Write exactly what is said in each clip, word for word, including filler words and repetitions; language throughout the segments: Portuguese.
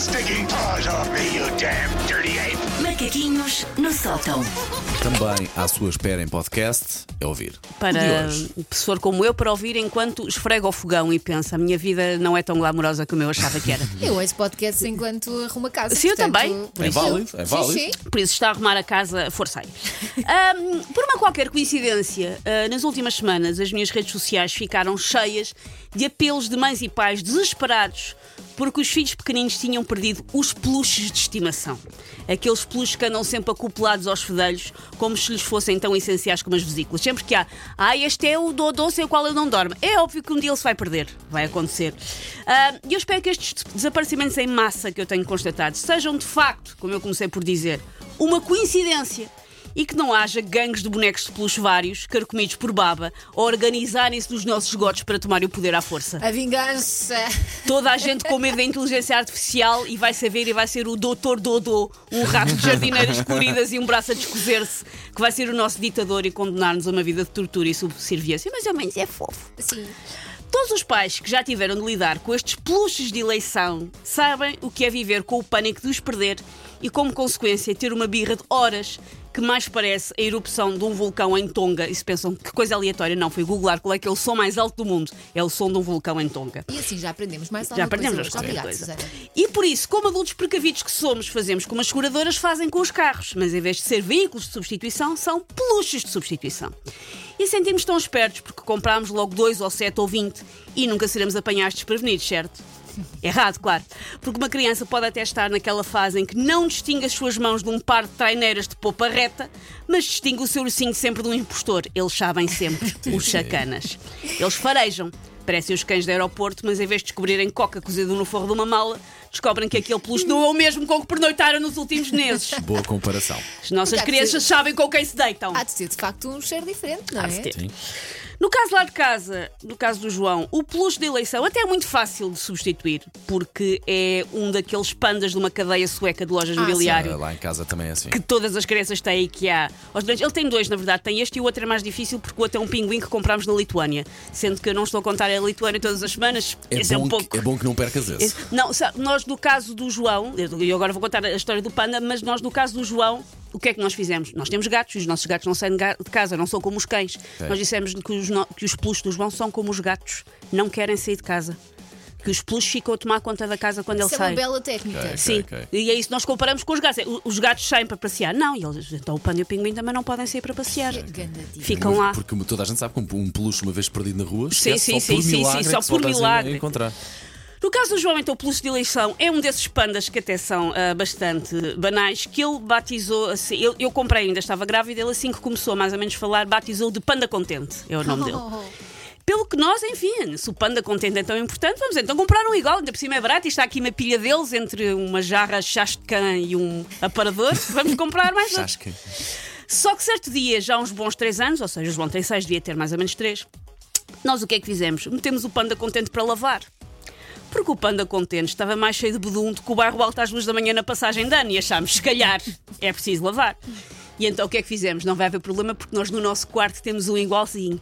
stinking paws off me, you damn dirty ape! Macaquinhos no sótão. Também à sua espera em podcast, é ouvir. Para pessoa como eu, para ouvir enquanto esfrega o fogão e pensa: a minha vida não é tão glamourosa como eu achava que era. Eu ouço podcasts enquanto arrumo a casa. Sim, eu portanto, também. por É isso- válido, é válido. Sim, sim. Por isso está a arrumar a casa, força aí. Ahm, por uma qualquer coincidência, ah, nas últimas semanas as minhas redes sociais ficaram cheias de apelos de mães e pais desesperados porque os filhos pequeninos tinham perdido os peluches de estimação. Aqueles peluches que andam sempre acoplados aos fedelhos, como se lhes fossem tão essenciais como as vesículas. Sempre que há, ah, este é o Dodô sem o qual eu não dormo. É óbvio que um dia ele se vai perder. Vai acontecer. Ah, E eu espero que estes desaparecimentos em massa que eu tenho constatado sejam de facto, como eu comecei por dizer, uma coincidência. E que não haja gangues de bonecos de peluche vários, carcomidos por baba, a organizarem-se dos nossos esgotos para tomarem o poder à força. A vingança. Toda a gente com medo da inteligência artificial e vai saber e vai ser o doutor Dodô, um rato de jardineiras coloridas e um braço a descozer-se, que vai ser o nosso ditador e condenar-nos a uma vida de tortura e subserviência. Mas ao menos é fofo. Sim. Todos os pais que já tiveram de lidar com estes peluches de eleição sabem o que é viver com o pânico de os perder e, como consequência, ter uma birra de horas que mais parece a erupção de um vulcão em Tonga. E se pensam que coisa aleatória, não, foi googlar qual é que é o som mais alto do mundo. É o som de um vulcão em Tonga. E assim já aprendemos mais Já alguma aprendemos coisa. mais qualquer Obrigada, coisa. Susana. E por isso, como adultos precavidos que somos, fazemos como as seguradoras fazem com os carros, mas em vez de ser veículos de substituição, são peluches de substituição. E sentimos tão espertos porque comprámos logo dois ou sete ou vinte e nunca seremos apanhados desprevenidos, certo? Errado, claro. Porque uma criança pode até estar naquela fase em que não distingue as suas mãos de um par de traineiras de popa reta, mas distingue o seu ursinho sempre de um impostor. Eles sabem sempre, os chacanas. Eles farejam. Parecem os cães de aeroporto, mas em vez de descobrirem coca cozido no forro de uma mala, descobrem que aquele peluche não é o mesmo com que pernoitaram nos últimos meses. Boa comparação. As nossas Porque há de crianças ser- sabem com quem se deitam. Há de ser de facto um cheiro diferente, não Há é? de ter. Sim. No caso lá de casa, no caso do João, o peluche de eleição até é muito fácil de substituir, porque é um daqueles pandas de uma cadeia sueca de lojas de Ah, mobiliário. Ah, lá em casa também é assim. Que todas as crianças têm e que há. Aos dois- Ele tem dois, na verdade. Tem este e o outro é mais difícil porque o outro é um pinguim que comprámos na Lituânia. Sendo que eu não estou a contar a Lituânia todas as semanas. É, Esse é bom um pouco. que, é bom que não percas esse. Esse- Não, sabe, nós no caso do João, eu eu agora vou contar a história do panda, mas nós no caso do João, o que é que nós fizemos? Nós temos gatos e os nossos gatos não saem de ga- de casa, não são como os cães. Ok. Nós dissemos que os, no- que os peluches do João são como os gatos, não querem sair de casa. Que os peluches ficam a tomar conta da casa quando ele Isso é sai. uma bela técnica. Ok. Sim, ok. e é isso que nós comparamos com os gatos. É, o- Os gatos saem para passear. Não, e eles, então o panda e o pinguim também não podem sair para passear. Que ganda dica. Ficam lá. Porque toda a gente sabe que um, um peluche uma vez perdido na rua, Sim, esquece, sim, só sim, por sim, milagre sim, é só que se por volta a milagre. encontrar. No caso do João, então, o peluche de eleição é um desses pandas que até são ah, bastante banais, que ele batizou assim. Eu, eu comprei, ainda estava grávida, ele assim que começou a mais ou menos falar, batizou de Panda Contente. É o nome dele. Oh, Pelo que nós, enfim, se o Panda Contente é tão importante, vamos então comprar um igual, ainda por cima é barato e está aqui uma pilha deles entre uma jarra chascã e um aparador. Vamos comprar mais outro. Chasca. Só que certo dia, já há uns bons três anos, ou seja, o João tem seis, devia ter mais ou menos três, nós o que é que fizemos? Metemos o Panda Contente para lavar. Porque o Panda Contente estava mais cheio de bedum do que o bairro alto às duas da manhã na passagem de ano e achámos, se calhar, é preciso lavar. E então o que é que fizemos? Não vai haver problema porque nós no nosso quarto temos um igualzinho.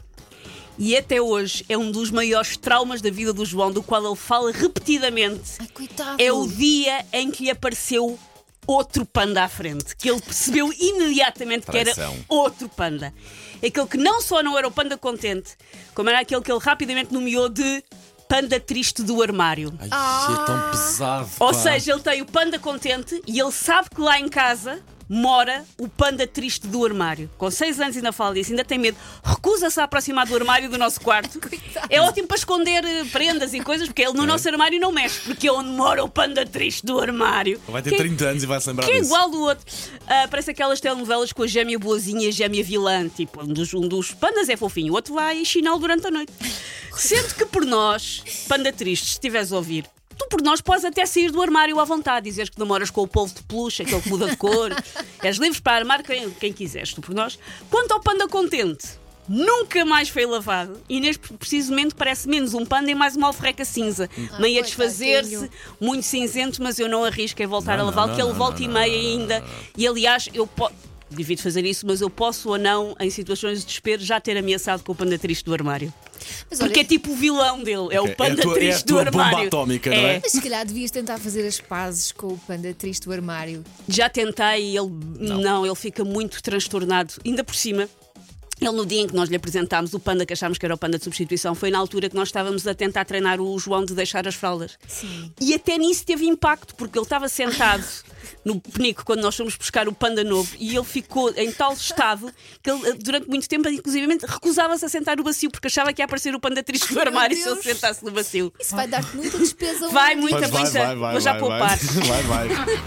E até hoje é um dos maiores traumas da vida do João, do qual ele fala repetidamente. ai, coitado. É o dia em que lhe apareceu outro panda à frente, que ele percebeu imediatamente que era Traição. outro panda. Aquele que não só não era o Panda Contente, como era aquele que ele rapidamente nomeou de Panda Triste do Armário. Ai, é tão pesado. Ou pá. seja, ele tem o Panda Contente e ele sabe que lá em casa mora o Panda Triste do Armário. Com seis anos ainda fala disso, ainda tem medo. Recusa-se a aproximar do armário do nosso quarto. É ótimo para esconder eh, prendas e coisas, porque ele no nosso armário não mexe, porque é onde mora o Panda Triste do Armário. Vai ter Que é- trinta anos e vai se lembrar que é disso. igual do outro. Ah, parece aquelas telenovelas com a gêmea boazinha e a gêmea vilã. Tipo, um dos, um dos pandas é fofinho, o outro vai chiná-lo durante a noite. Sendo que por nós, Panda Triste, se estiveres a ouvir, tu por nós podes até sair do armário à vontade, dizeres que namoras com o polvo de peluche, aquele que muda de cor. És livre para armar quem, quem quiseres, tu por nós. Quanto ao Panda Contente, nunca mais foi lavado e neste preciso momento parece menos um panda e mais uma alforreca cinza, meio a desfazer-se, coitadinho. muito cinzento, mas eu não arrisco em voltar Não, a lavá-lo, não, que ele não, volta não, e não, meia não, não, ainda. não, não. E aliás, eu po- devia fazer isso, mas eu posso ou não, em situações de desespero, já ter ameaçado com o panda triste do armário. Mas olha, Porque é tipo o vilão dele, é o É a panda tua- é a triste tua do bomba armário. atómica, não é? mas se calhar devias tentar fazer as pazes com o panda triste do armário. Já tentei e ele não. ele fica muito transtornado. Ainda por cima, ele no dia em que nós lhe apresentámos o panda, que achámos que era o panda de substituição, foi na altura que nós estávamos a tentar treinar o João de deixar as fraldas. Sim. E até nisso teve impacto, porque ele estava sentado no penico quando nós fomos buscar o panda novo e ele ficou em tal estado que ele, durante muito tempo, inclusivamente, recusava-se a sentar no bacio porque achava que ia aparecer o panda triste do Ai, meu armário se ele Deus. se sentasse no bacio. Isso vai dar-te muita despesa. Vai, um muita, dia. Vai, muita. vai, vai, Vou já vai, poupar. Vai, vai.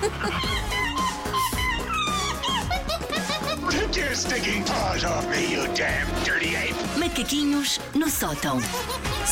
Take your stinking paws off me, you damn dirty ape! Macaquinhos no sótão.